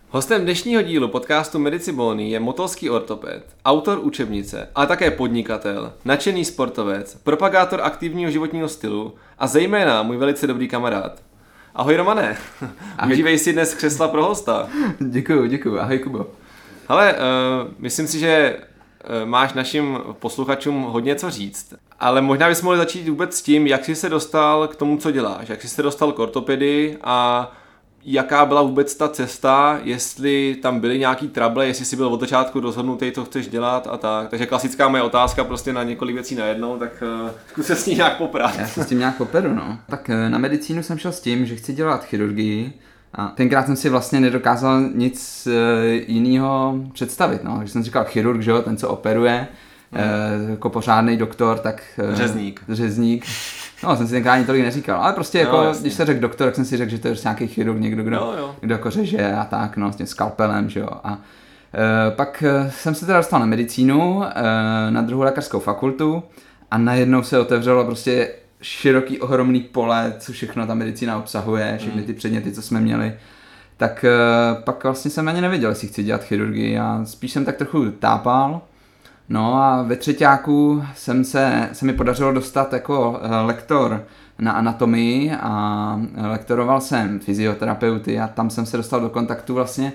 Hostem dnešního dílu podcastu Medicibony je motolský ortoped, autor učebnice, ale také podnikatel, nadšený sportovec, propagátor aktivního životního stylu a zejména můj velice dobrý kamarád. Ahoj Romane, užívej si dnes křesla pro hosta. Děkuju, ahoj Kubo. Hele, myslím si, že máš našim posluchačům hodně co říct, ale možná bys mohl začít vůbec s tím, jak jsi se dostal k tomu, co děláš, jak jsi se dostal k ortopedii a jaká byla vůbec ta cesta, jestli tam byly nějaký trable, jestli jsi byl od začátku rozhodnutý, co chceš dělat a tak. Takže klasická moje otázka prostě na několik věcí najednou, tak zkus se s ní nějak poprat. Já se s tím nějak poperu, no. Tak na medicínu jsem šel s tím, že chci dělat chirurgii a tenkrát jsem si vlastně nedokázal nic jiného představit, no. Když jsem říkal chirurg, že jo, ten, co operuje, jako pořádný doktor, tak... Řezník. No, jsem si tenkrát ani tolik neříkal, ale prostě jako, no, když se řekl doktor, tak jsem si řekl, že to je nějaký chirurg, někdo, kdo jako řeže a tak, no, s tím skalpelem, že jo. A pak jsem se teda dostal na medicínu, na druhou lékařskou fakultu a najednou se otevřelo prostě široký, ohromný pole, co všechno ta medicína obsahuje, všechny ty předměty, co jsme měli. Tak pak vlastně jsem ani nevěděl, jestli chci dělat chirurgii a spíš jsem tak trochu tápal. No a ve třeťáku se mi podařilo dostat jako lektor na anatomii a lektoroval jsem fyzioterapeuty a tam jsem se dostal do kontaktu vlastně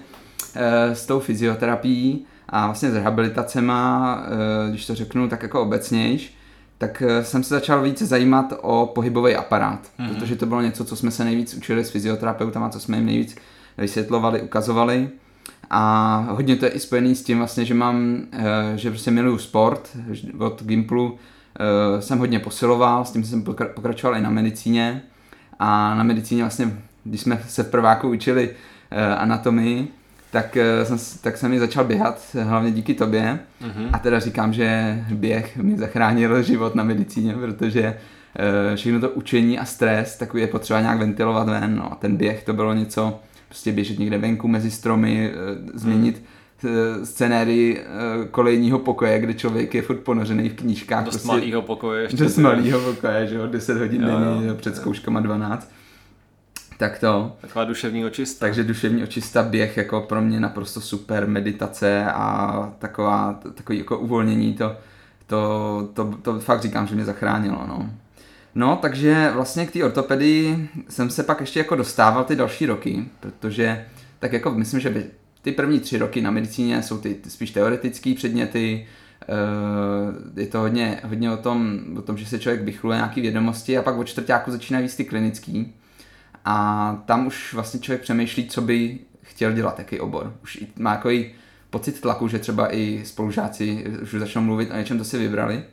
s tou fyzioterapií a vlastně s rehabilitacema, když to řeknu tak jako obecnějš, tak jsem se začal více zajímat o pohybový aparát, protože to bylo něco, co jsme se nejvíc učili s fyzioterapeutama, co jsme jim nejvíc vysvětlovali, ukazovali. A hodně to je i spojený s tím vlastně, že prostě miluju sport, od Gimplu jsem hodně posiloval, s tím jsem pokračoval i na medicíně a na medicíně vlastně, když jsme se v prváku učili anatomii, tak jsem ji začal běhat, hlavně díky tobě a teda říkám, že běh mi zachránil život na medicíně, protože všechno to učení a stres, tak je potřeba nějak ventilovat ven, no a ten běh to bylo něco, prostě běžet někde venku mezi stromy, změnit scenérii kolejního pokoje, kde člověk je furt ponořený v knížkách. Dost malýho pokoje ještě. Dost malýho pokoje, že jo, 10 hodin denně, před zkouškama 12. Tak to. Taková duševní očista. Takže duševní očista, běh jako pro mě naprosto super, meditace a takový jako uvolnění, to fakt říkám, že mě zachránilo, no. No, takže vlastně k té ortopedii jsem se pak ještě jako dostával ty další roky, protože tak jako myslím, že ty první 3 roky na medicíně jsou ty spíš teoretické předměty, je to hodně o tom, že se člověk vychluje nějaké vědomosti a pak od čtvrťáku začínají víc ty klinický a tam už vlastně člověk přemýšlí, co by chtěl dělat, jaký obor. Už má takový pocit tlaku, že třeba i spolužáci už začnou mluvit o něčem, to si vybrali.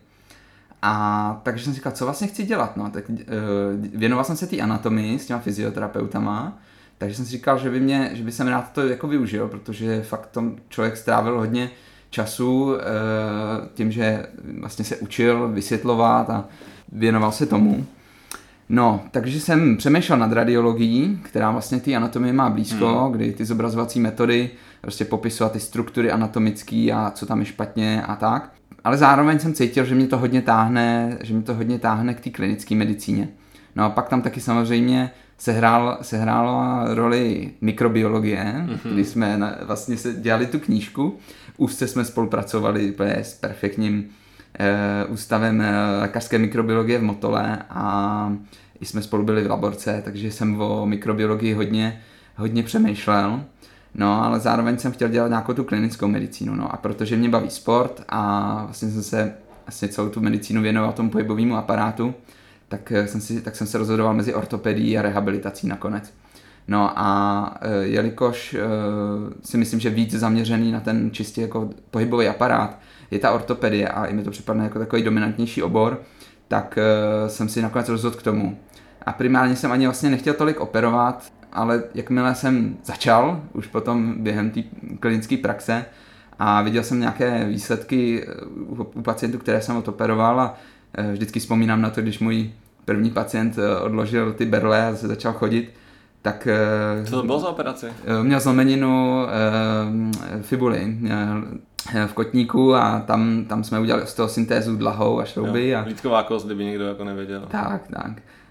A takže jsem říkal, co vlastně chci dělat, no, tak věnoval jsem se té anatomii s těma fyzioterapeutama, takže jsem si říkal, že by jsem rád to jako využil, protože fakt tom člověk strávil hodně času tím, že vlastně se učil vysvětlovat a věnoval se tomu. No, takže jsem přemýšlel nad radiologií, která vlastně té anatomii má blízko, kdy ty zobrazovací metody prostě popisovat ty struktury anatomické a co tam je špatně a tak. Ale zároveň jsem cítil, že mě to hodně táhne k té klinické medicíně. No a pak tam taky samozřejmě sehrála roli mikrobiologie, kdy jsme vlastně dělali tu knížku. Úzce jsme spolupracovali s perfektním ústavem lékařské mikrobiologie v Motole a i jsme spolu byli v laborce, takže jsem o mikrobiologii hodně přemýšlel. No, ale zároveň jsem chtěl dělat nějakou tu klinickou medicínu, no a protože mě baví sport a vlastně jsem se celou tu medicínu věnoval tomu pohybovému aparátu, tak jsem se rozhodoval mezi ortopedií a rehabilitací nakonec. No a jelikož si myslím, že víc zaměřený na ten čistě jako pohybový aparát je ta ortopedie a i mi to připadne jako takový dominantnější obor, tak jsem si nakonec rozhodl k tomu. A primárně jsem ani vlastně nechtěl tolik operovat, ale jakmile jsem začal, už potom během té klinické praxe a viděl jsem nějaké výsledky u pacientů, které jsem odoperoval a vždycky vzpomínám na to, když můj první pacient odložil ty berle a začal chodit, tak... Co to bylo za operaci? Měl zlomeninu fibuly v kotníku a tam jsme udělali osteosyntézu dlahou a šrouby. Lítková kost, kdyby někdo jako nevěděl. Tak.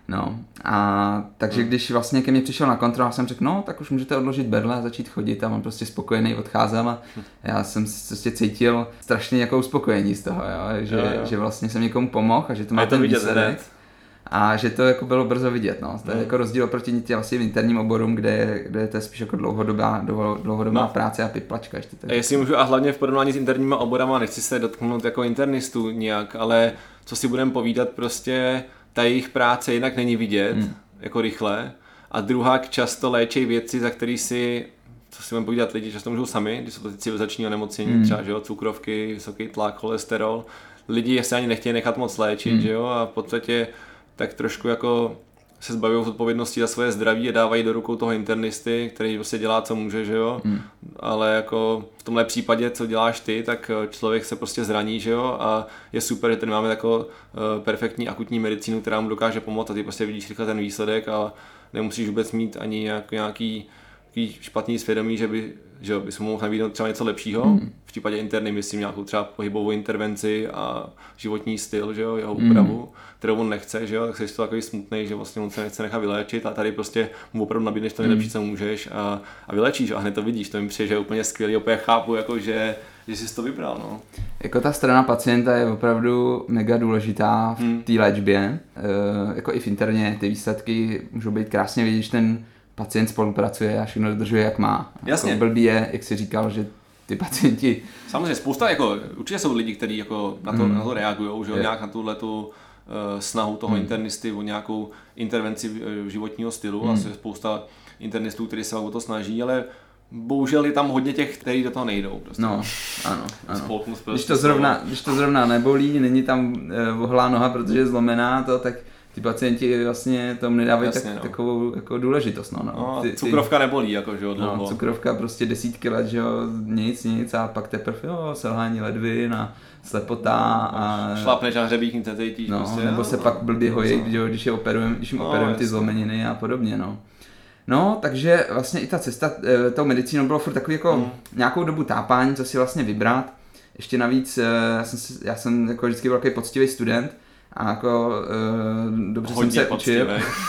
No, a takže když vlastně ke mně přišel na kontrolu, jsem řekl, no, tak už můžete odložit berle a začít chodit a on prostě spokojený odcházel a já jsem se prostě cítil strašně jako uspokojení z toho, jo? Že vlastně jsem někomu pomohl a že to má ten výsledek. A že to jako bylo brzo vidět, no. To je jako rozdíl oproti těm vlastně interním oborům, kde to je spíš jako dlouhodobá práce a piplačka ještě. A jestli můžu, a hlavně v porovnání s interníma oborama, nechci se dotknout jako internistů nějak, ale co si budeme povídat, prostě ta jejich práce jinak není vidět, jako rychle. A druhá, často léčí věci, za který si, co si budeme povídat, lidi často můžou sami, když jsou to ty civilizační onemocnění, třeba že jo, cukrovky, vysoký tlak, cholesterol. Lidi se ani nechtějí nechat moc léčit, že jo, a v podstatě tak trošku jako se zbavují odpovědnosti za svoje zdraví a dávají do rukou toho internisty, který prostě dělá, co může, že jo. Ale jako v tomhle případě, co děláš ty, tak člověk se prostě zraní, že jo. A je super, že tady máme takovou perfektní akutní medicínu, která mu dokáže pomoct a ty prostě vidíš rychle ten výsledek a nemusíš vůbec mít ani nějaký špatný svědomí, že bys mohl nabídnout třeba něco lepšího. V případě interny myslím nějakou třeba pohybovou intervenci a životní styl, že jo, jeho úpravu, kterou on nechce, že jo, tak jsi to takový smutný, že vlastně on se nechce nechat vyléčit a tady prostě mu opravdu nabídneš to nejlepší, co můžeš a vylečíš a hned to vidíš, to mi přijde, že je úplně skvělý, opět chápu, jako, že jsi to vybral, no. Jako ta strana pacienta je opravdu mega důležitá v té léčbě, jako i v interně ty výsledky můžou být krásně vidět, když ten pacient spolupracuje a všechno dodržuje, jak má. Jasně. Jako blbý je, jak jsi říkal, že ty pacienti... Samozřejmě spousta, jako, určitě jsou lidi, kteří jako na to reagují, že nějak na tuhletu snahu toho internisty o nějakou intervenci životního stylu a je spousta internistů, kteří se o to snaží, ale bohužel je tam hodně těch, kteří do toho nejdou. Prostě. No, ano. Když to zrovna nebolí, není tam ohlá noha, protože je zlomená, tak ty pacienti vlastně tomu nedávají takovou jako důležitost. Cukrovka nebolí, jako, že jo, dlouho. No, cukrovka prostě desítky let, že jo, nic a pak teprve selhání ledvin a slepota a... Šlapneš na hřebík, nic necítíš. No, prostě, nebo se pak blbě hojí, když jim operujeme ty zlomeniny a podobně, no. No, takže vlastně i ta cesta tou medicínou bylo furt takový jako nějakou dobu tápání, co si vlastně vybrat. Ještě navíc, já jsem jako vždycky byl takový poctivý student, a jako dobře hodně jsem se učil.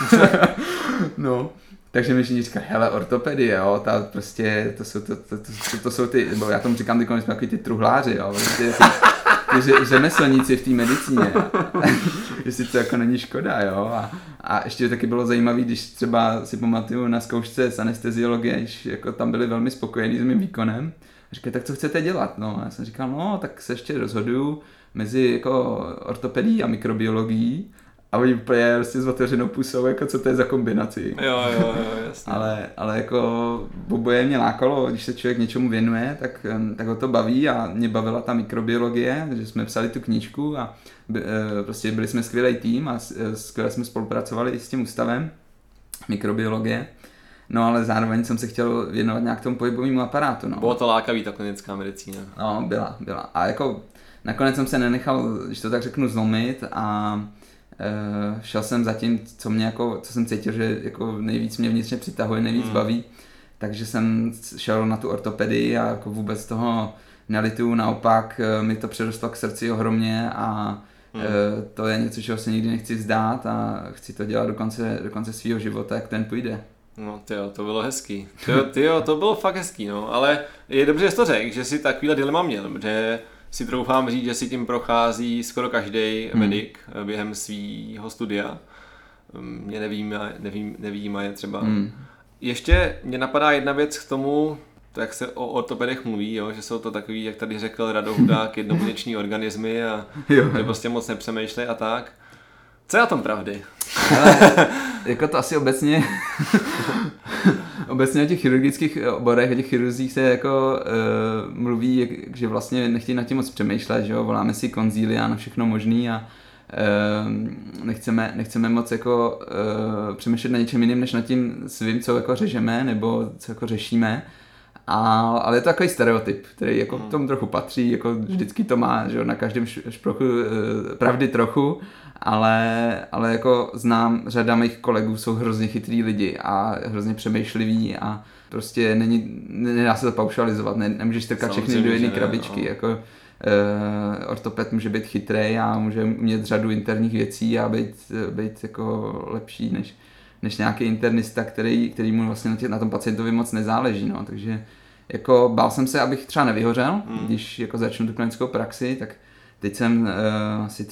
No, takže mi všichni říkají, hele, ortopedie, jo, ta prostě, to jsou ty, nebo já tomu říkám, ty jsme takový ty truhláři, jo, prostě ty řemeslníci v té medicíně, jestli to jako není škoda, jo, a ještě taky bylo zajímavé, když třeba si pamatuju na zkoušce z anesteziologie, když jako tam byli velmi spokojení s mým výkonem, a říkají, tak co chcete dělat, no, a já jsem říkal, no, tak se ještě rozhoduju mezi jako ortopedií a mikrobiologií a oni úplně prostě s otevřenou pusou, jako co to je za kombinaci. Jo, jasně. Ale jako oboje mě lákalo, když se člověk něčemu věnuje, tak ho to baví a mě bavila ta mikrobiologie, že jsme psali tu knížku a prostě byli jsme skvělý tým a skvěle jsme spolupracovali i s tím ústavem mikrobiologie. No ale zároveň jsem se chtěl věnovat nějak tomu pohybovému aparátu. No. Bylo to lákavý, ta klinická medicína. No, byla. A jako nakonec jsem se nenechal, když to tak řeknu, zlomit a šel jsem za tím, co jsem cítil, že jako nejvíc mě vnitřně přitahuje, nejvíc baví. Takže jsem šel na tu ortopedii a jako vůbec toho nelituju, naopak mi to přirostlo k srdci ohromně a to je něco, čeho se nikdy nechci vzdát a chci to dělat do konce svého života, jak ten půjde. No tyjo, to bylo hezký. To bylo fakt hezký, no, ale je dobře, že jsi to řekl, že si takovýhle dilema měl, že si troufám říct, že si tím prochází skoro každý medic během svýho studia. Mě nevím, je třeba. Ještě mě napadá jedna věc k tomu, to jak se o ortopedech mluví, jo, že jsou to takový, jak tady řekl Rado Hudák, jednobuněční organismy a že prostě moc nepřemýšlej a tak. Co je na tom pravdy? Ale, jako to asi obecně o těch chirurgických oborech, o těch chirurgích se jako mluví, že vlastně nechtějí nad tím moc přemýšlet, že jo, voláme si konzília na všechno možný a nechceme moc jako přemýšlet na něčem jiným, než nad tím svým, co jako řežeme nebo co jako řešíme. Ale je to takový stereotyp, který jako k tomu trochu patří, jako vždycky to má, že jo, na každém šprochu pravdy trochu, ale jako znám, řada mých kolegů jsou hrozně chytrý lidi a hrozně přemýšliví a prostě nedá se to paušalizovat, nemůžeš strkat všechny do jedné krabičky, jako ortoped může být chytrej a může umět řadu interních věcí a být jako lepší než nějaký internista, který mu vlastně na tom pacientovi moc nezáleží, no. Takže jako bál jsem se, abych třeba nevyhořel, když jako začnu tu klinickou praxi, tak teď jsem asi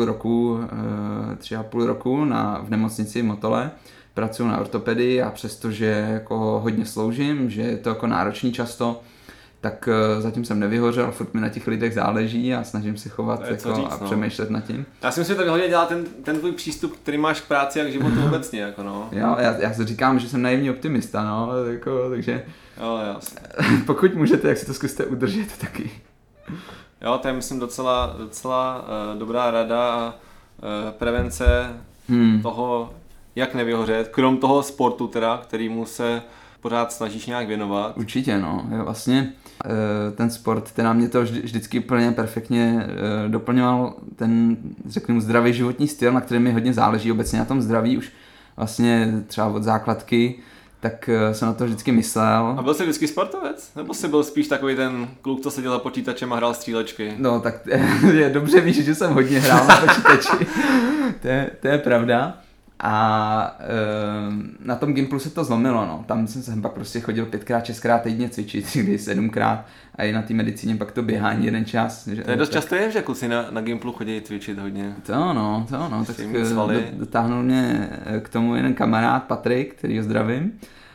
3,5 roku v nemocnici v Motole, pracuji na ortopedii a přestože jako hodně sloužím, že je to jako náročný často, tak zatím jsem nevyhořel, furt mi na těch lidech záleží a snažím se chovat jako a přemýšlet nad tím. Já si myslím, že to hodně dělá ten tvůj přístup, který máš k práci a k životu obecně. Jako no. Jo, já si říkám, že jsem naivní optimista, no, jako, takže jo, jasně. Pokud můžete, jak si to zkuste udržet taky. Jo, to je myslím docela dobrá rada a prevence toho, jak nevyhořet, krom toho sportu teda, kterýmu se pořád snažíš nějak věnovat. Určitě, no. Vlastně ten sport, ten na mě to vždycky úplně perfektně doplňoval ten, řekněme, zdravý životní styl, na kterém mi hodně záleží obecně na tom zdraví, už vlastně třeba od základky, tak jsem na to vždycky myslel. A byl jsi vždycky sportovec? Nebo jsi byl spíš takový ten kluk, co seděl za počítačem a hrál střílečky? No tak je dobře víš, že jsem hodně hrál na počítači. to je pravda. A na tom Gimplu se to zlomilo, no. Tam jsem pak prostě chodil 5x, 6x týdně cvičit, někdy 7x a i na té medicíně pak to běhání jeden čas. To je dost často že kluci na Gimplu chodí cvičit hodně. To no, tak dotáhnul mě k tomu jeden kamarád, Patrik, který ho zdravím.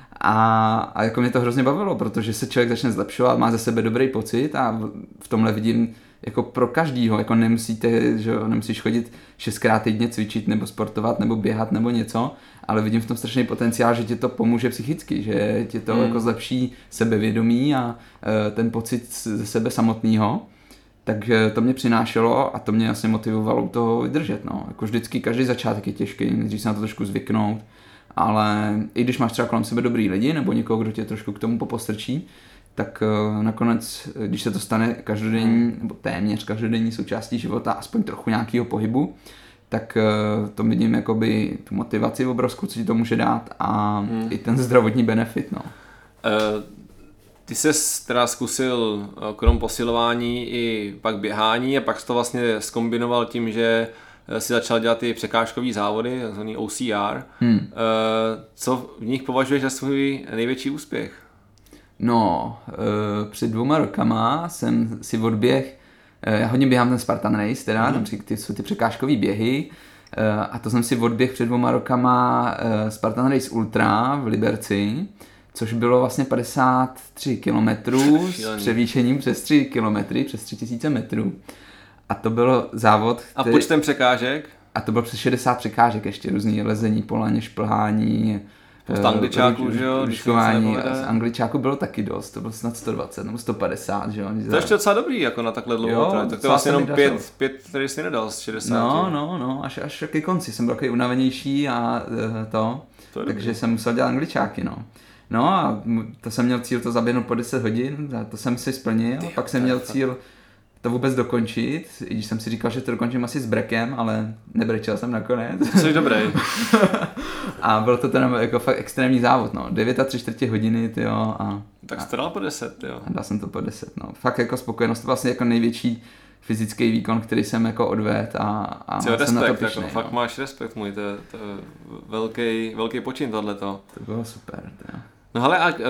A jako mě to hrozně bavilo, protože se člověk začne zlepšovat, má ze sebe dobrý pocit a v tomhle vidím jako pro každýho, jako nemusíš chodit 6x týdně cvičit nebo sportovat nebo běhat nebo něco, ale vidím v tom strašný potenciál, že ti to pomůže psychicky, že ti to jako zlepší sebevědomí a ten pocit ze sebe samotného. Takže to mě přinášelo a to mě vlastně motivovalo to vydržet, no. Jako vždycky každý začátek je těžký, nejdřív se na to trošku zvyknout, ale i když máš třeba kolem sebe dobrý lidi nebo někoho, kdo tě trošku k tomu popostrčí, tak nakonec, když se to stane každodenní, nebo téměř každodenní součástí života, aspoň trochu nějakého pohybu, tak to vidím jakoby tu motivaci obrovskou, co ti to může dát a i ten zdravotní benefit, no. Ty ses teda zkusil krom posilování i pak běhání a pak jsi to vlastně zkombinoval tím, že si začal dělat ty překážkové závody, takzvaný OCR. Co v nich považuješ za svůj největší úspěch? No, před 2 rokama jsem si odběh, já hodně běhám ten Spartan Race, teda, tam jsou ty překážkový běhy, a to jsem si odběh před 2 rokama Spartan Race Ultra v Liberci, což bylo vlastně 53 kilometrů s převýšením přes 3 kilometry, přes 3000 metrů. A to byl závod, A počtem překážek? A to bylo přes 60 překážek ještě, různý lezení po laně, šplhání, z angličáku, že jo? Z angličáku bylo taky dost, to bylo snad 120 nebo 150, že jo? To je ještě docela dobrý, jako na takhle dlouho, tak to je vlastně jenom 5, který jsi nedal z 60. No, až ke konci jsem byl takový unavenější a takže jsem musel dělat angličáky, no. No a to jsem měl cíl to zaběhnout po 10 hodin, to jsem si splnil, pak jsem měl cíl to vůbec dokončit, i když jsem si říkal, že to dokončím asi s brekem, ale nebrečel jsem nakonec. Jsi dobrý. A byl to teda jako fakt extrémní závod, no. 9,75 hodiny, tyjo. Tak jsi to dal po 10, jo. A dal jsem to po 10, no. Fakt jako spokojenost, to vlastně jako největší fyzický výkon, který jsem jako odvedl a jsem respekt, na to pyšnej, jako, fakt máš respekt můj, to je velký počin tohleto. To bylo super, tyjo. No hele, a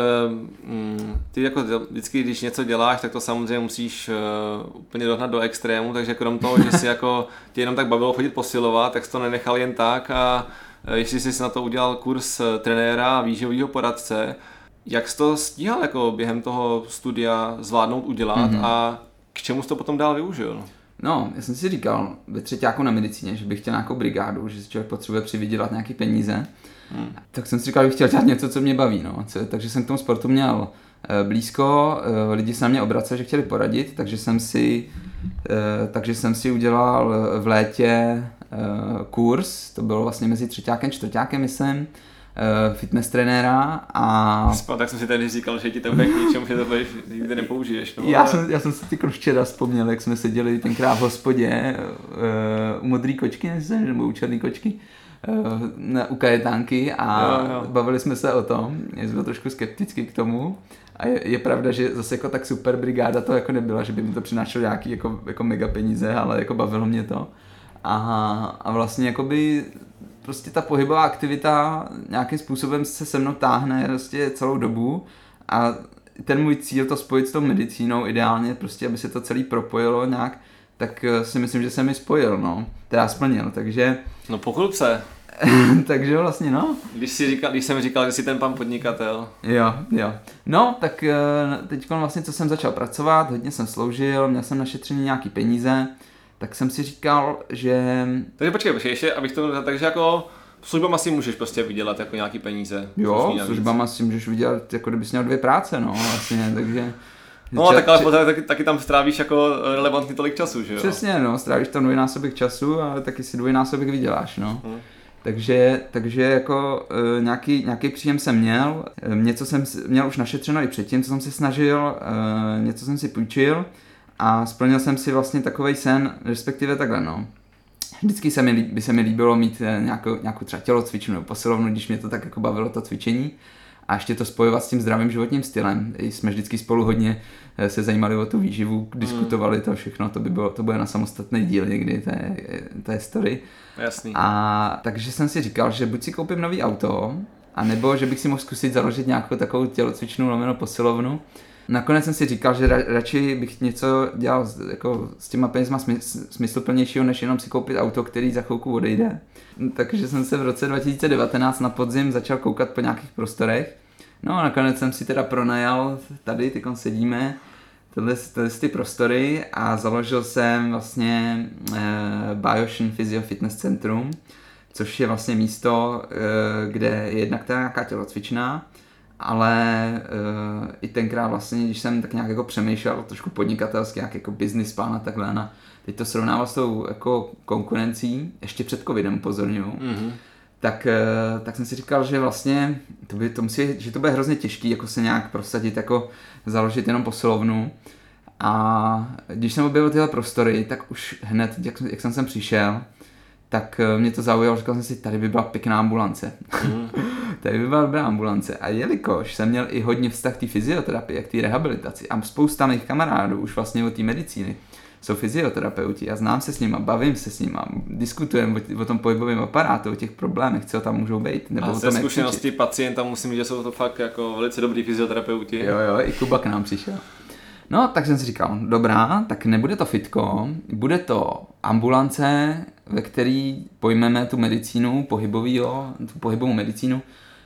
ty jako vždycky, když něco děláš, tak to samozřejmě musíš úplně dohnat do extrému, takže krom toho, že si jako tě jenom tak bavilo chodit posilovat, tak jsi to nenechal jen tak a ještě jsi na to udělal kurz trenéra a výživového poradce. Jak jsi to stíhal jako během toho studia zvládnout udělat a k čemu jsi to potom dál využil? No, já jsem si říkal ve třetíku na medicíně, že bych chtěl nějakou brigádu, že si člověk potřebuje přivydělat nějaký peníze. Tak jsem si říkal, že bych chtěl dělat něco, co mě baví, no. Takže jsem k tomu sportu měl blízko, lidi se na mě obraceli, že chtěli poradit, takže jsem si udělal v létě kurz, to bylo vlastně mezi 3. a 4. myslím, fitness trenéra a... Tak jsem si tady říkal, že ti to bude k ničemu, že to nikdy nepoužiješ. No, já jsem si ty včera vzpomněl, jak jsme seděli tenkrát v hospodě u modrý kočky, nebo u černý kočky, u kajetánky a bavili jsme se o tom, já jsem byl trošku skeptický k tomu A je pravda, že zase jako tak super brigáda to jako nebyla, že by mi to přinášelo nějaký jako mega peníze, ale jako bavilo mě to. A vlastně jakoby prostě ta pohybová aktivita nějakým způsobem se mnou táhne prostě celou dobu a ten můj cíl to spojit s tou medicínou ideálně, prostě aby se to celý propojilo nějak, tak si myslím, že jsem mi spojil, no. Teda splnil, takže... No poklup se. Takže vlastně no. Když jsem říkal, že jsi ten pan podnikatel. Jo. No, tak teď vlastně, co jsem začal pracovat, hodně jsem sloužil, měl jsem našetřený nějaký peníze, tak jsem si říkal, že... Takže počkej, ještě, abych to... Takže jako službama si můžeš prostě vydělat jako nějaký peníze. Jo, službama si můžeš vydělat, jako kdybys měl 2 práce, no, vlastně, takže... No, tak ale pořád taky tam strávíš jako relevantně tolik času, že jo? Přesně, no, strávíš tam dvojnásobek času, ale taky si dvojnásobek vyděláš, no. Takže jako nějaký příjem jsem měl, něco jsem měl už našetřeno i předtím, co jsem se snažil, něco jsem si půjčil a splnil jsem si vlastně takovej sen, respektive takhle, no. Vždycky by se mi líbilo mít nějakou třeba tělocvičnu nebo posilovnu, když mě to tak jako bavilo to cvičení. A ještě to spojovat s tím zdravým životním stylem. Jsme vždycky spolu hodně se zajímali o tu výživu, diskutovali to všechno, to bude na samostatný díl někdy té story. Jasný. A takže jsem si říkal, že buď si koupím nový auto, anebo že bych si mohl zkusit založit nějakou takovou tělocvičnu lomeno posilovnu. Nakonec jsem si říkal, že radši bych něco dělal jako s těma penězma smysluplnějšího, než jenom si koupit auto, který za chvilku odejde. Takže jsem se v roce 2019 na podzim začal koukat po nějakých prostorech. No a nakonec jsem si teda pronajal tady, tykom sedíme, tyhle ty prostory a založil jsem vlastně Biocean Physio Fitness Centrum, což je vlastně místo, kde je jednak teda nějaká tělocvičná, ale i tenkrát vlastně, když jsem tak nějak jako přemýšlel trošku podnikatelsky, nějak jako business plán a takhle, a teď to srovnával s tou jako konkurencí, ještě před covidem upozorňuji, tak jsem si říkal, že vlastně že to bude hrozně těžký jako se nějak prosadit, jako založit jenom posilovnu. A když jsem objevil tyhle prostory, tak už hned, jak jsem sem přišel, tak mě to zaujalo, říkal jsem si, tady by byla pěkná ambulance. Tady by byla dobrá ambulance. A jelikož jsem měl i hodně vztah k té fyzioterapii a k té rehabilitaci a spousta mých kamarádů už vlastně o té medicíny jsou fyzioterapeuti a znám se s nima, bavím se s nima, diskutujeme o tom pohybovém aparátu, o těch problémech, co tam můžou být. Nebo a ze zkušenosti pacienta musím říct, že jsou to fakt jako velice dobrý fyzioterapeuti. Jo, i Kuba k nám přišel. No, tak jsem si říkal, dobrá, tak nebude to fitko, bude to ambulance, ve který pojmeme tu medicínu, tu pohybovou medicínu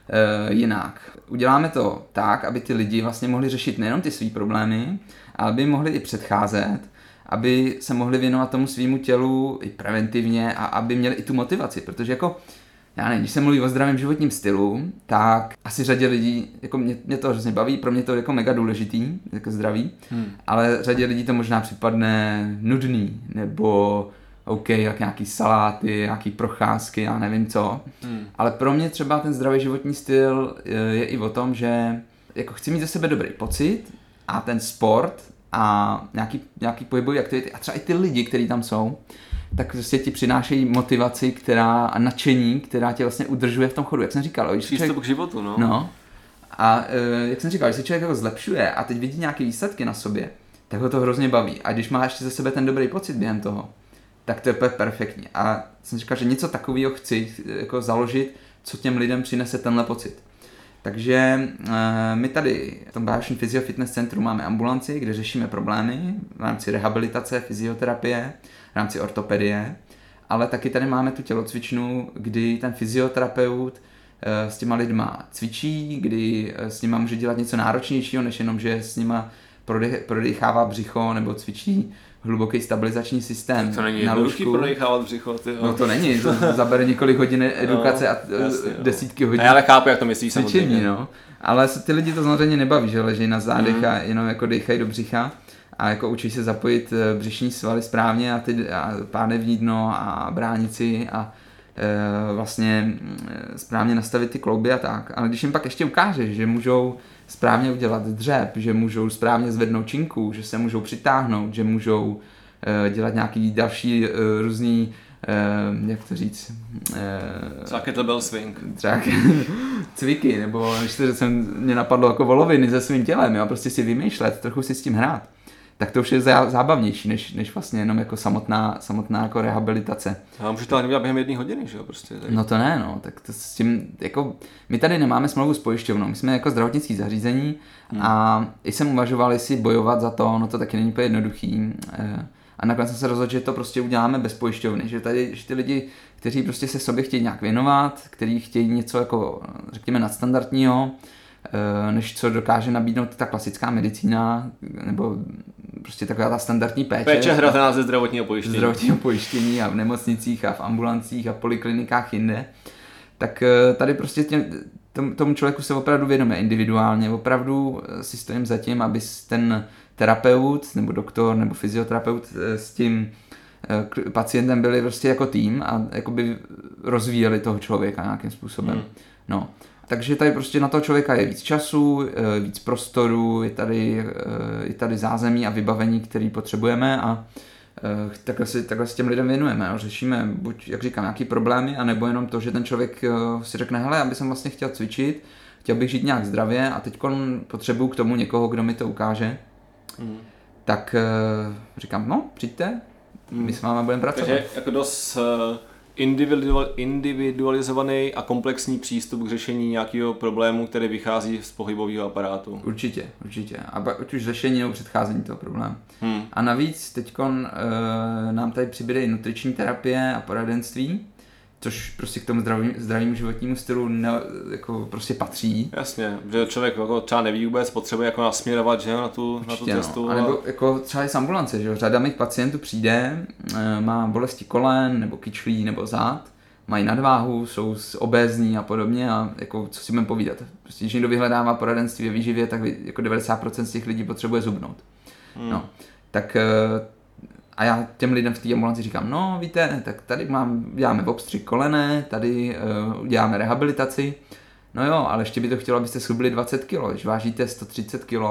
jinak. Uděláme to tak, aby ty lidi vlastně mohli řešit nejenom ty svý problémy, ale aby mohli i předcházet, aby se mohli věnovat tomu svýmu tělu i preventivně a aby měli i tu motivaci, protože jako já nevím, když se mluví o zdravém životním stylu, tak asi řadě lidí, jako mě to hrozně baví, pro mě to je jako mega důležitý, jako zdraví, ale řadě lidí to možná připadne nudný, nebo OK, jak nějaký saláty, nějaký procházky, já nevím co, ale pro mě třeba ten zdravý životní styl je i o tom, že jako chci mít ze sebe dobrý pocit a ten sport a nějaký pohybový aktivity a třeba i ty lidi, kteří tam jsou, tak prostě ti přinášejí motivaci a nadšení, která tě vlastně udržuje v tom chodu, jak jsem říkal. Přístup k životu, no. No. A jak jsem říkal, když se člověk jako zlepšuje a teď vidí nějaké výsledky na sobě, tak ho to hrozně baví. A když má ještě ze sebe ten dobrý pocit během toho, tak to je perfektní. A jsem říkal, že něco takového chci jako založit, co těm lidem přinese tenhle pocit. Takže my tady v tom Biocean Physio Fitness Centru máme ambulanci, kde řešíme problémy v rámci rehabilitace, fyzioterapie, v rámci ortopedie, ale taky tady máme tu tělocvičnu, kdy ten fyzioterapeut s těma lidma cvičí, kdy s nima může dělat něco náročnějšího, než jenom, že s nima prodechává břicho nebo cvičí hluboký stabilizační systém. To není jednoduchý prodechávat břicho, tyho. No to není, to zabere několik hodin edukace a desítky hodin. A já ale chápu, jak to myslíš samozřejmě. No. Ale ty lidi to samozřejmě nebaví, že leží na zádech a jenom jako dechají do břicha a jako učí se zapojit břišní svaly správně a pánevní dno a bránici a vlastně správně nastavit ty klouby a tak. Ale když jim pak ještě ukážeš, že můžou správně udělat dřep, že můžou správně zvednout činku, že se můžou přitáhnout, že můžou dělat nějaký další různý jak to říct, třeba kettlebell swing. Třeba cviky, nebo když to mě napadlo jako voloviny se svým tělem, jo, prostě si vymýšlet, trochu si s tím hrát, tak to už je zábavnější, než vlastně jenom jako samotná jako rehabilitace. A můžeš to ani udělat během 1 hodiny, že jo, prostě. Tak. No to ne, no, tak to s tím, jako, my tady nemáme smlouvu s pojišťovnou, my jsme jako zdravotnický zařízení a i jsem uvažoval, jestli bojovat za to, no to taky není úplně jednoduchý. A nakonec jsem se rozhodl, že to prostě uděláme bez pojišťovny, že tady že ty lidi, kteří prostě se sobě chtějí nějak věnovat, kteří chtějí něco jako, řekněme, nadstandardního, než co dokáže nabídnout ta klasická medicína, nebo prostě taková ta standardní péče. Péče hrazená ze zdravotního pojištění a v nemocnicích a v ambulancích a poliklinikách jinde. Tak tady prostě tomu člověku se opravdu věnujeme individuálně, opravdu si stojím za tím, aby ten terapeut, nebo doktor, nebo fyzioterapeut s tím pacientem byli prostě jako tým a jakoby rozvíjeli toho člověka nějakým způsobem. No. Takže tady prostě na toho člověka je víc času, víc prostoru, je tady zázemí a vybavení, který potřebujeme a takhle si těm lidem věnujeme. No. Řešíme buď, jak říkám, nějaký problémy, anebo jenom to, že ten člověk si řekne, hele, já bych vlastně chtěl cvičit, chtěl bych žít nějak zdravě a teď potřebuju k tomu někoho, kdo mi to ukáže. Tak říkám, no, přijďte, my s vámi budeme pracovat. Takže jako dost individualizovaný a komplexní přístup k řešení nějakého problému, který vychází z pohybového aparátu. Určitě. A ať už řešení nebo předcházení toho problému. A navíc teďkon nám tady přibyde i nutriční terapie a poradenství, což prostě k tomu zdravému životnímu stylu jako prostě patří. Jasně, že člověk jako třeba neví vůbec, potřebuje jako nasměrovat, že na tu cestu. A nebo jako třeba i z ambulance, že řada mých pacientů přijde, má bolesti kolen, nebo kyčlí, nebo zad, mají nadváhu, jsou obézní a podobně a jako co si budeme povídat. Prostě když někdo vyhledává poradenství ve výživě, tak jako 90% z těch lidí potřebuje zhubnout. No, tak a já těm lidem v té ambulanci říkám, no víte, tak tady děláme obstřik kolene, tady děláme rehabilitaci, no jo, ale ještě by to chtělo, abyste schubili 20 kg, když vážíte 130 kg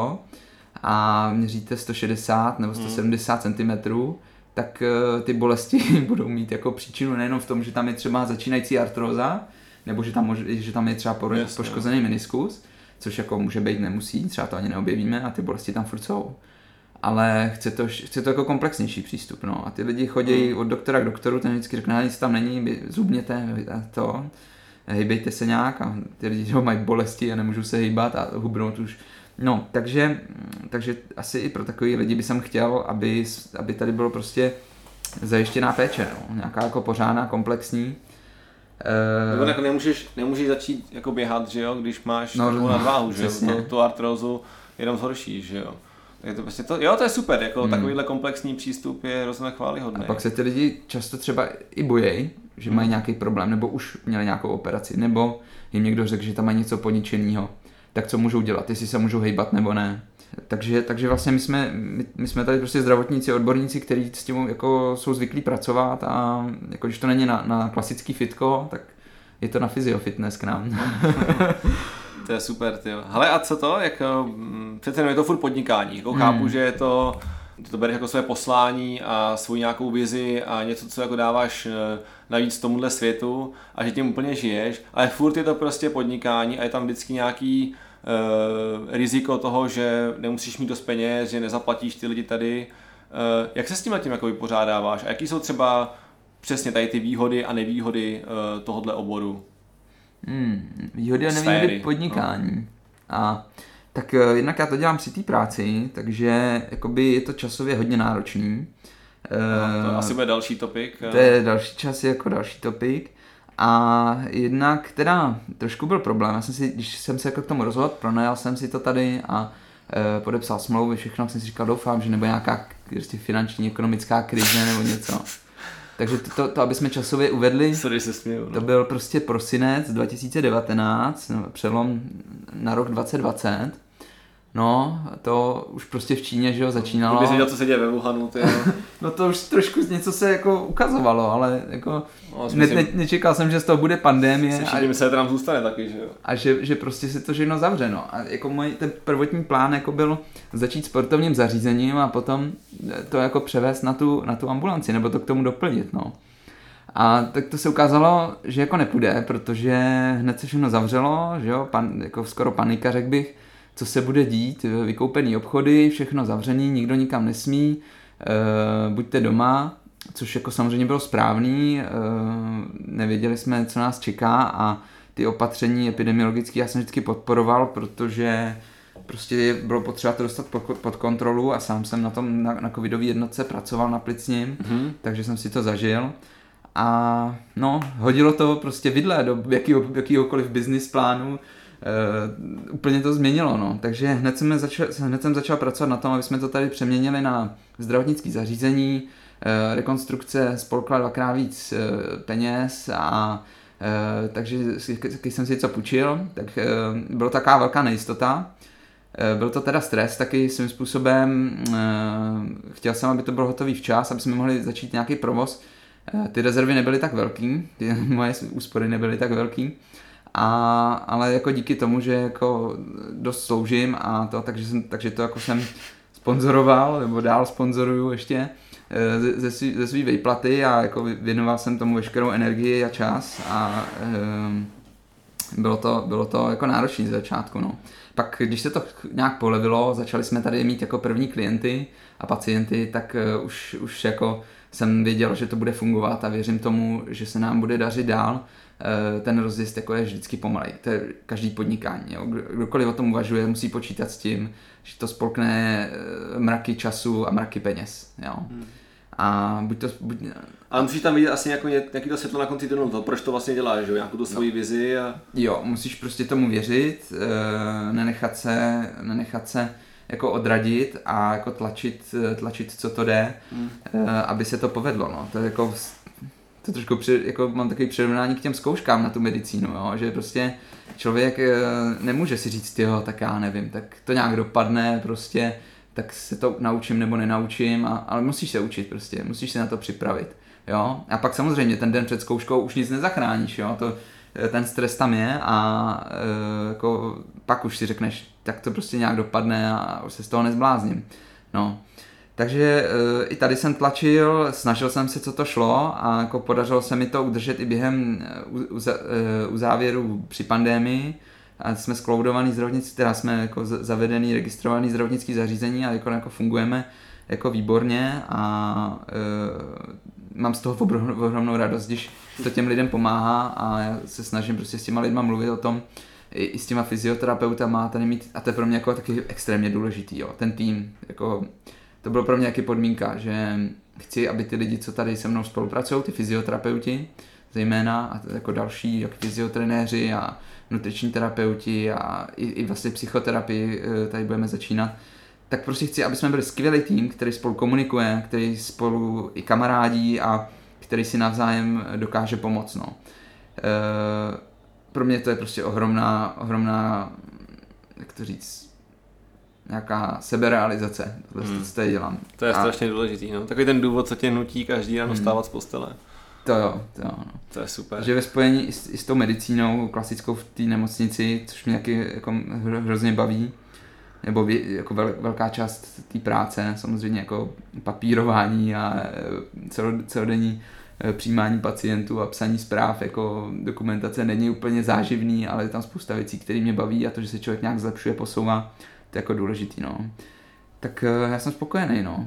a měříte 160 nebo 170 cm, tak ty bolesti budou mít jako příčinu nejenom v tom, že tam je třeba začínající artróza, nebo že tam je třeba poškozený meniskus, což jako může být, nemusí, třeba to ani neobjevíme a ty bolesti tam furt jsou. Ale chce to jako komplexnější přístup, no. A ty lidi chodí od doktora k doktoru, ten vždycky řekne, nic tam není, zubněte to, hejbejte se nějak a ty lidi mají bolesti a nemůžou se hejbat a hubnout už. No, takže asi i pro takový lidi by jsem chtěl, aby tady bylo prostě zajištěná péče, no. Nějaká jako pořádná, komplexní. Nebo jako nemůžeš začít jako běhat, že jo, když máš takovou nadváhu, že jo, tu artrózu jenom zhorší, že jo. Je to prostě to je super, jako takovýhle komplexní přístup je rozhodně chvályhodný. A pak se ty lidi často třeba i bojí, že mají nějaký problém, nebo už měli nějakou operaci, nebo jim někdo řekl, že tam mají něco poničenýho. Tak co můžou dělat, jestli se můžou hejbat nebo ne. Takže vlastně my jsme tady prostě zdravotníci, odborníci, kteří s tím jako jsou zvyklí pracovat a jako když to není na klasický fitko, tak je to na fyziofitness k nám. To je super, tyjo. Hele, a co to? Přece je to furt podnikání. Jako chápu, že to bereš jako své poslání a svou nějakou vizi a něco, co jako dáváš navíc tomuhle světu a že tím úplně žiješ, ale furt je to prostě podnikání a je tam vždycky nějaký riziko toho, že nemusíš mít dost peněz, že nezaplatíš ty lidi tady. Jak se s tím jako vypořádáváš a jaký jsou třeba přesně tady ty výhody a nevýhody tohohle oboru? Výhody a nevýhody podnikání. No. A tak jednak já to dělám při té práci, takže jakoby je to časově hodně náročný. To asi bude další topik. To je další čas jako další topik. A jednak teda trošku byl problém. Když jsem se jako k tomu rozhodl, pronajal jsem si to tady a podepsal smlouvy, všechno jsem si říkal, doufám, že nebo nějaká prostě finanční, ekonomická krize nebo něco. Takže to aby jsme časově uvedli, to byl prostě prosinec 2019, přelom na rok 2020. No, to už prostě v Číně, že jo, začínalo. Kdyby jsi viděl, co se děje ve Wuhanu, ty jo. No to už trošku něco se jako ukazovalo, ale jako nečekal jsem, že z toho bude pandemie. Všichni se tam zůstane taky, že jo. A že prostě se to všechno zavře, no. A jako ten prvotní plán jako byl začít sportovním zařízením a potom to jako převést na tu ambulanci, nebo to k tomu doplnit, no. A tak to se ukázalo, že jako nepůjde, protože hned se všechno zavřelo, že jo, jako skoro panika, řekl bych, co se bude dít, vykoupený obchody, všechno zavřený, nikdo nikam nesmí, buďte doma, což jako samozřejmě bylo správný, nevěděli jsme, co nás čeká a ty opatření epidemiologické já jsem vždycky podporoval, protože prostě bylo potřeba to dostat pod kontrolu a sám jsem na tom na covidové jednotce pracoval na Plicním, takže jsem si to zažil. A no, hodilo to prostě vidle do jakýhokoliv business plánu, úplně to změnilo, no. Takže hned jsem začal pracovat na tom, aby jsme to tady přeměnili na zdravotnické zařízení, rekonstrukce spolkla 2x víc peněz a takže když jsem si něco půjčil, tak byla taková velká nejistota. Byl to teda stres taky svým způsobem, chtěl jsem, aby to bylo hotový včas, aby jsme mohli začít nějaký provoz. Ty rezervy nebyly tak velký, ty moje úspory nebyly tak velký, ale jako díky tomu, že jako dost sloužím a to, takže to jako jsem sponzoroval, nebo dál sponzoruju ještě ze svý výplaty a jako věnoval jsem tomu veškerou energii a čas a bylo to jako náročné z začátku, no. Pak, když se to nějak polevilo, začali jsme tady mít jako první klienty a pacienty, tak už jako jsem věděl, že to bude fungovat a věřím tomu, že se nám bude dařit dál. Ten rozjezd jako je vždycky pomalej, to je každý podnikání. Jo. Kdokoliv o tom uvažuje, musí počítat s tím, že to spolkne mraky času a mraky peněz. Jo. A ale musíš tam vidět asi nějaký to světlo na konci tunelu, to, proč to vlastně děláš, že? Nějakou tu svoji vizi a... Jo, musíš prostě tomu věřit, nenechat se jako odradit a jako tlačit, co to jde, aby se to povedlo, no. To je jako, to trošku jako mám takový přirovnání k těm zkouškám na tu medicínu, jo? Že prostě člověk nemůže si říct, jo, tak já nevím, tak to nějak dopadne prostě, tak se to naučím nebo nenaučím, ale musíš se učit prostě, musíš se na to připravit, jo. A pak samozřejmě ten den před zkouškou už nic nezachráníš, jo, ten stres tam je a jako pak už si řekneš, tak to prostě nějak dopadne a už se z toho nezblázním, no. Takže i tady jsem tlačil, snažil jsem se, co to šlo a jako podařilo se mi to udržet i během uzávěru při pandémii. A jsme skloudovaný zdravotnictví, teda jsme jako zavedený, registrovaný zdravotnický zařízení a jako fungujeme jako výborně a mám z toho ohromnou radost, když to těm lidem pomáhá a já se snažím prostě s těma lidma mluvit o tom, i s těma fyzioterapeutama tady mít, a to je pro mě jako taky extrémně důležitý, jo, ten tým, jako to bylo pro mě jaký podmínka, že chci, aby ty lidi, co tady se mnou spolupracují, ty fyzioterapeuti zejména a jako další, jak fyziotrenéři a nutriční terapeuti a i vlastně psychoterapii tady budeme začínat, tak prostě chci, aby jsme byli skvělý tým, který spolu komunikuje, který spolu i kamarádí a který si navzájem dokáže pomoct, no. Pro mě to je prostě ohromná, jak to říct, nějaká seberealizace, co tady dělám. To je strašně důležitý, no. Takový ten důvod, co tě nutí každý ráno stávat z postele. To jo. No. To je super. Že ve spojení i s tou medicínou klasickou v té nemocnici, což mě taky jako hrozně baví, nebo jako velká část té práce, samozřejmě jako papírování a celodenní přijímání pacientů a psaní zpráv, jako dokumentace není úplně záživný, ale je tam spousta věcí, které mě baví a to, že se člověk nějak zlepšuje, posouvá, to je jako důležitý, no. Tak já jsem spokojený, no.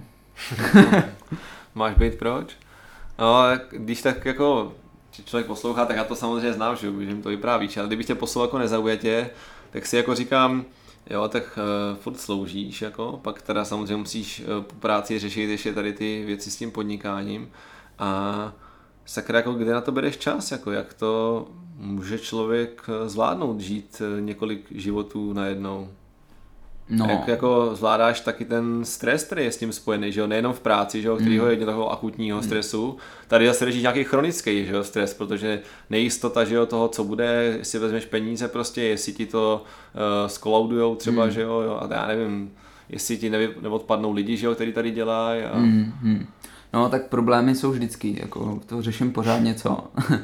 Máš být proč? No, když tak jako člověk poslouchá, tak já to samozřejmě znám, že mi to vyprávíš, ale kdybych tě poslal jako nezaujatě, tak si jako říkám, jo, tak furt sloužíš, jako, pak teda samozřejmě musíš po práci řešit ještě tady ty věci s tím podnikáním a sakra, jako kde na to bereš čas, jako jak to může člověk zvládnout, žít několik životů najednou. No. Jak jako zvládáš taky ten stres, který je s tím spojený, že jo, nejenom v práci, že jo, kterýho je toho akutního stresu, tady zase řešíš nějaký chronický, že jo, stres, protože nejistota, že jo, toho, co bude, jestli vezmeš peníze prostě, jestli ti to skolaudujou třeba, že jo, a já nevím, jestli ti neodpadnou lidi, že jo, který tady dělají. A... No tak problémy jsou vždycky, jako to řeším pořád něco.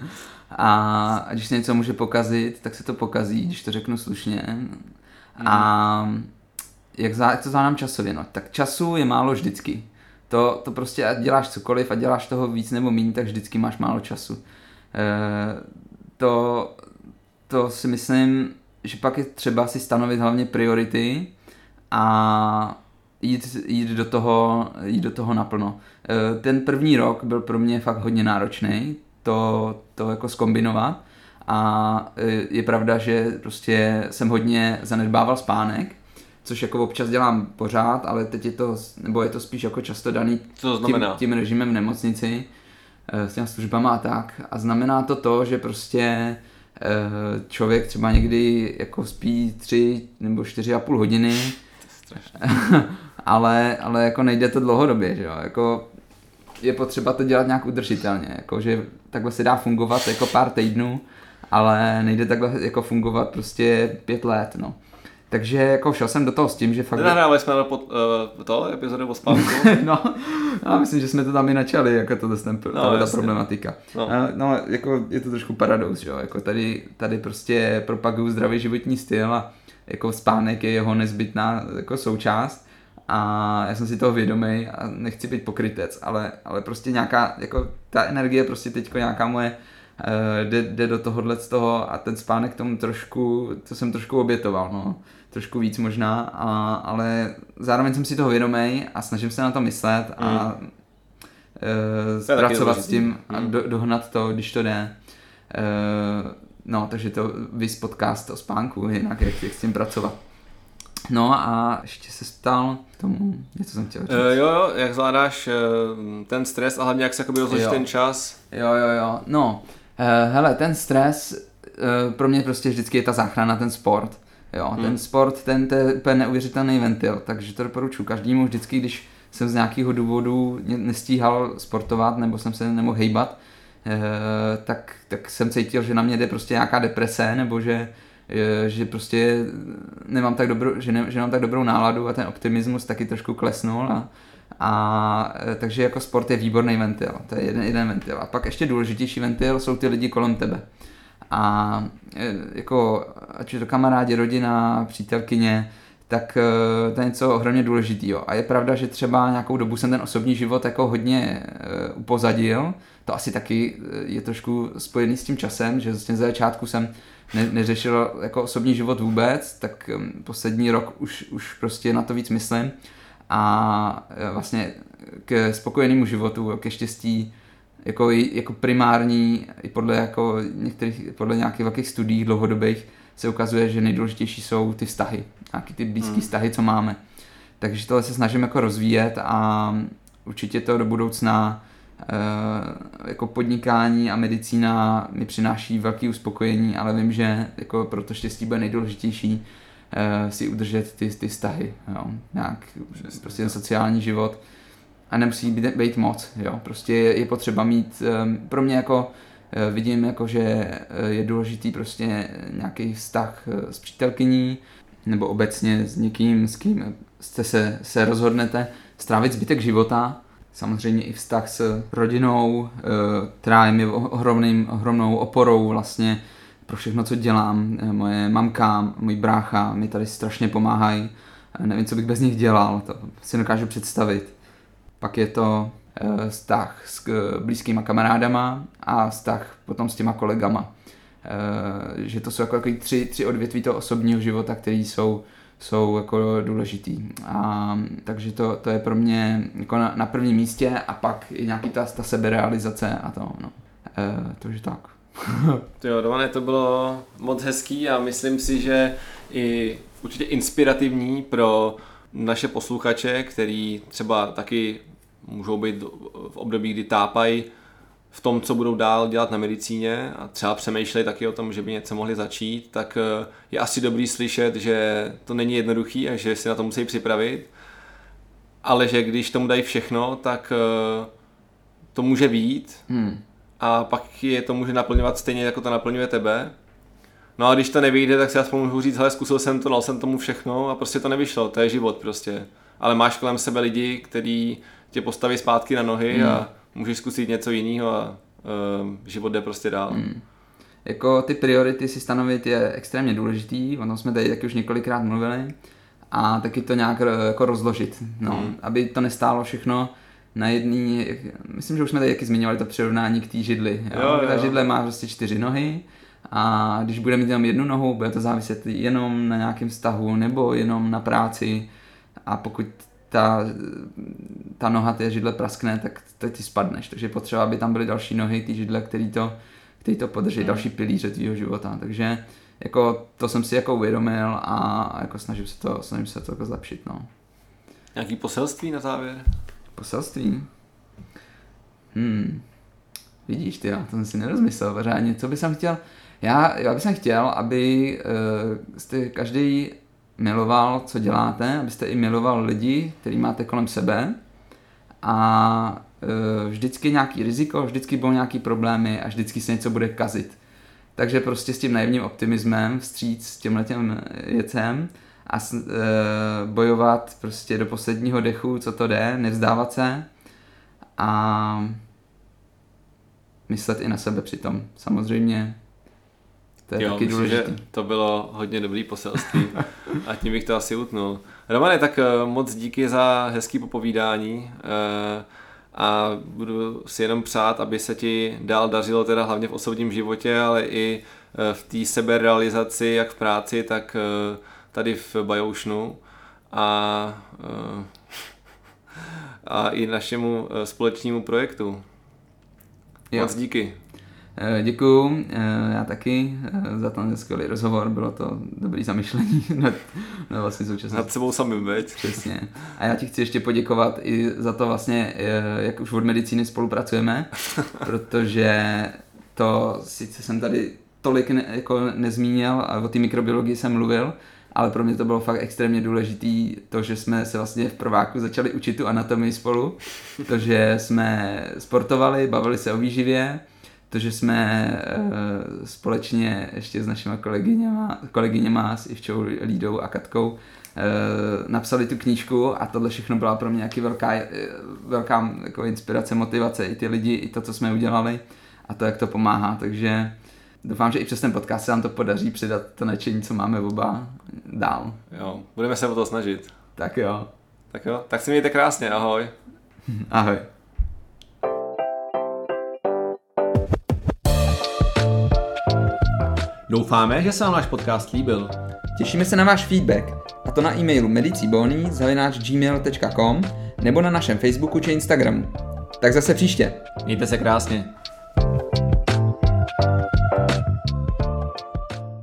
A když se něco může pokazit, tak se to pokazí, když to řeknu slušně. A jak to zvládám časově, no, tak času je málo vždycky. To prostě, ať děláš cokoliv a děláš toho víc nebo méně, tak vždycky máš málo času. To si myslím, že pak je třeba si stanovit hlavně priority a jít do toho naplno. Ten první rok byl pro mě fakt hodně náročný, to jako zkombinovat, a je pravda, že prostě jsem hodně zanedbával spánek, což jako občas dělám pořád, ale teď je to spíš jako často daný tím režimem v nemocnici, s těmi službama a tak. A znamená to, že prostě člověk třeba někdy jako spí 3 nebo 4,5 hodiny, ale jako nejde to dlouhodobě, že jo, jako je potřeba to dělat nějak udržitelně, jako že takhle se dá fungovat jako pár týdnů, ale nejde takhle jako fungovat prostě 5 let, no. Takže jako šel jsem do toho s tím, že fakt... Nenahrávali jsme to epizodu o spánku? No, já myslím, že jsme to tam i načali, jako ta problematika. No, jako je to trošku paradox, že jo, jako tady prostě propaguju zdravý životní styl a jako spánek je jeho nezbytná jako součást a já jsem si toho vědomý a nechci být pokrytec, ale prostě nějaká, jako ta energie prostě teďko nějaká moje jde do tohohle z toho a ten spánek tomu to jsem trošku obětoval, no. Trošku víc možná, ale zároveň jsem si toho vědomý a snažím se na to myslet a pracovat s tím a dohnat to, když to jde. No, takže to vys podcast o spánku, jinak jak s tím pracovat. No a ještě se ptal k tomu, něco jsem chtěl říct. Jo, jak zvládáš ten stres a hlavně jak se rozloží ten čas? Jo, no, hele, ten stres pro mě prostě vždycky je ta záchrana, ten sport. Jo, ten sport, ten je úplně neuvěřitelný ventil, takže to doporučuji každému vždycky, když jsem z nějakého důvodu nestíhal sportovat nebo jsem se nemohl hejbat, tak jsem cítil, že na mě jde prostě nějaká deprese nebo že prostě nemám tak dobrou náladu a ten optimismus taky trošku klesnul a takže jako sport je výborný ventil, to je jeden ventil. A pak ještě důležitější ventil jsou ty lidi kolem tebe. A jako ať je to kamarádi, rodina, přítelkyně, tak to je něco ohromně důležitého. A je pravda, že třeba nějakou dobu jsem ten osobní život jako hodně upozadil. To asi taky je trošku spojený s tím časem, že vlastně za začátku jsem neřešil jako osobní život vůbec, tak poslední rok už prostě na to víc myslím. A vlastně k spokojenému životu, ke štěstí, jako primární, i podle nějakých velkých studií dlouhodobých se ukazuje, že nejdůležitější jsou ty vztahy, nějaký ty blízký vztahy, co máme. Takže tohle se snažím jako rozvíjet a určitě to do budoucna jako podnikání a medicína mi přináší velké uspokojení, ale vím, že jako pro to štěstí bude nejdůležitější si udržet ty vztahy, jo, nějak prostě ten sociální život. A nemusí být moc, jo. Prostě je potřeba mít, pro mě jako vidím, jako, že je důležitý prostě nějaký vztah s přítelkyní nebo obecně s někým, s kým se rozhodnete strávit zbytek života. Samozřejmě i vztah s rodinou, která je mi ohromnou oporou vlastně pro všechno, co dělám. Moje mamka, můj brácha mi tady strašně pomáhají. Nevím, co bych bez nich dělal, to si dokážu představit. Pak je to vztah s blízkýma kamarádama a vztah potom s těma kolegama. Že to jsou jako tři odvětví toho osobního života, které jsou jako důležitý. A takže to je pro mě jako na prvním místě a pak i nějaký ta seberealizace a to, no. Takže tak. Jo, Romane, to bylo moc hezký a myslím si, že i určitě inspirativní pro naše posluchače, který třeba taky můžou být v období, kdy tápají v tom, co budou dál dělat na medicíně a třeba přemýšlejí taky o tom, že by něco mohli začít, tak je asi dobrý slyšet, že to není jednoduchý a že si na to musí připravit, ale že když tomu dají všechno, tak to může být a pak je to může naplňovat stejně, jako to naplňuje tebe. No a když to nevyjde, tak si aspoň můžu říct, hele, zkusil jsem to, dal jsem tomu všechno a prostě to nevyšlo, to je život prostě. Ale máš kolem sebe lidi, kteří tě postaví zpátky na nohy a můžeš zkusit něco jiného a život jde prostě dál. Jako ty priority si stanovit je extrémně důležitý, o tom jsme tady taky už několikrát mluvili a taky to nějak jako rozložit, aby to nestálo všechno na jedný, myslím, že už jsme tady taky zmiňovali to přirovnání k té židli. Jo. Ta židle má prostě 4 nohy a když bude mít jenom jednu nohu, bude to záviset jenom na nějakém vztahu nebo jenom na práci a pokud ta noha té židle praskne, tak ty spadneš. Takže potřeba, aby tam byly další nohy, ty židle, který to podrží, další pilíře tvýho života. Takže jako to jsem si jako uvědomil a jako snažím se to jako zlepšit. No. Nějaký poselství na závěr? Poselství? Vidíš ty, to jsem si nerozmyslel pořádně. Co bych chtěl? Já bych chtěl, aby jste každý miloval, co děláte, abyste i miloval lidi, který máte kolem sebe a vždycky nějaký riziko, vždycky budou nějaký problémy a vždycky se něco bude kazit. Takže prostě s tím naivním optimismem vstříc s těmhletěm věcem a bojovat prostě do posledního dechu, co to jde, nevzdávat se a myslet i na sebe přitom. Samozřejmě to je taky důležité. To bylo hodně dobrý poselství a tím bych to asi utnul. Romane, tak moc díky za hezký popovídání a budu si jenom přát, aby se ti dál dařilo teda hlavně v osobním životě, ale i v té seberealizaci, jak v práci, tak tady v Bioceanu a i našemu společnému projektu. Moc díky. Děkuju, já taky za ten skvělý rozhovor, bylo to dobrý zamyšlení na vlastně současnost. Nad sebou samým, veď? Přesně. A já ti chci ještě poděkovat i za to vlastně, jak už od medicíny spolupracujeme, protože to sice jsem tady tolik nezmínil, a o té mikrobiologii jsem mluvil, ale pro mě to bylo fakt extrémně důležitý to, že jsme se vlastně v prváku začali učit tu anatomii spolu, to, že jsme sportovali, bavili se o výživě, to, že jsme společně ještě s našimi kolegyněma, s Ivčou, Lídou a Katkou napsali tu knížku a tohle všechno byla pro mě nějaký velká jako inspirace, motivace, i ty lidi, i to, co jsme udělali a to, jak to pomáhá, takže doufám, že i přes ten podcast se nám to podaří předat to nadšení, co máme oba dál. Jo, budeme se o to snažit. Tak jo. Tak si mějte krásně, ahoj. Ahoj. Doufáme, že se vám náš podcast líbil. Těšíme se na váš feedback, a to na e-mailu medicibony@gmail.com nebo na našem Facebooku či Instagramu. Tak zase příště. Mějte se krásně.